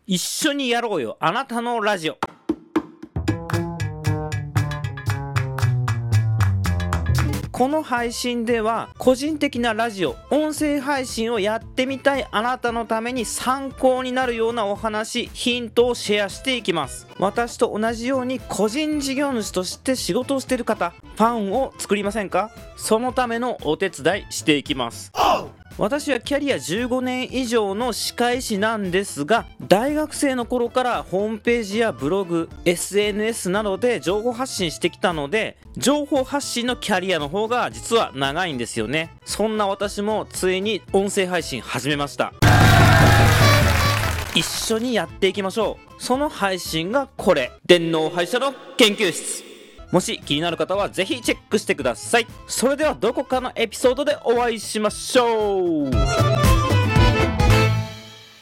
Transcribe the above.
一緒にやろうよ、あなたのラジオ。この配信では個人的なラジオ、音声配信をやってみたいあなたのために参考になるようなお話、ヒントをシェアしていきます。私と同じように個人事業主として仕事をしている方、ファンを作りませんか？そのためのお手伝いしていきます。私はキャリア15年以上の歯科医師なんですが、大学生の頃からホームページやブログ、SNS などで情報発信してきたので、情報発信のキャリアの方が実は長いんですよね。そんな私もついに音声配信始めました。一緒にやっていきましょう。その配信がこれ、電脳配車の研究室。もし気になる方はぜひチェックしてください。それではどこかのエピソードでお会いしましょう。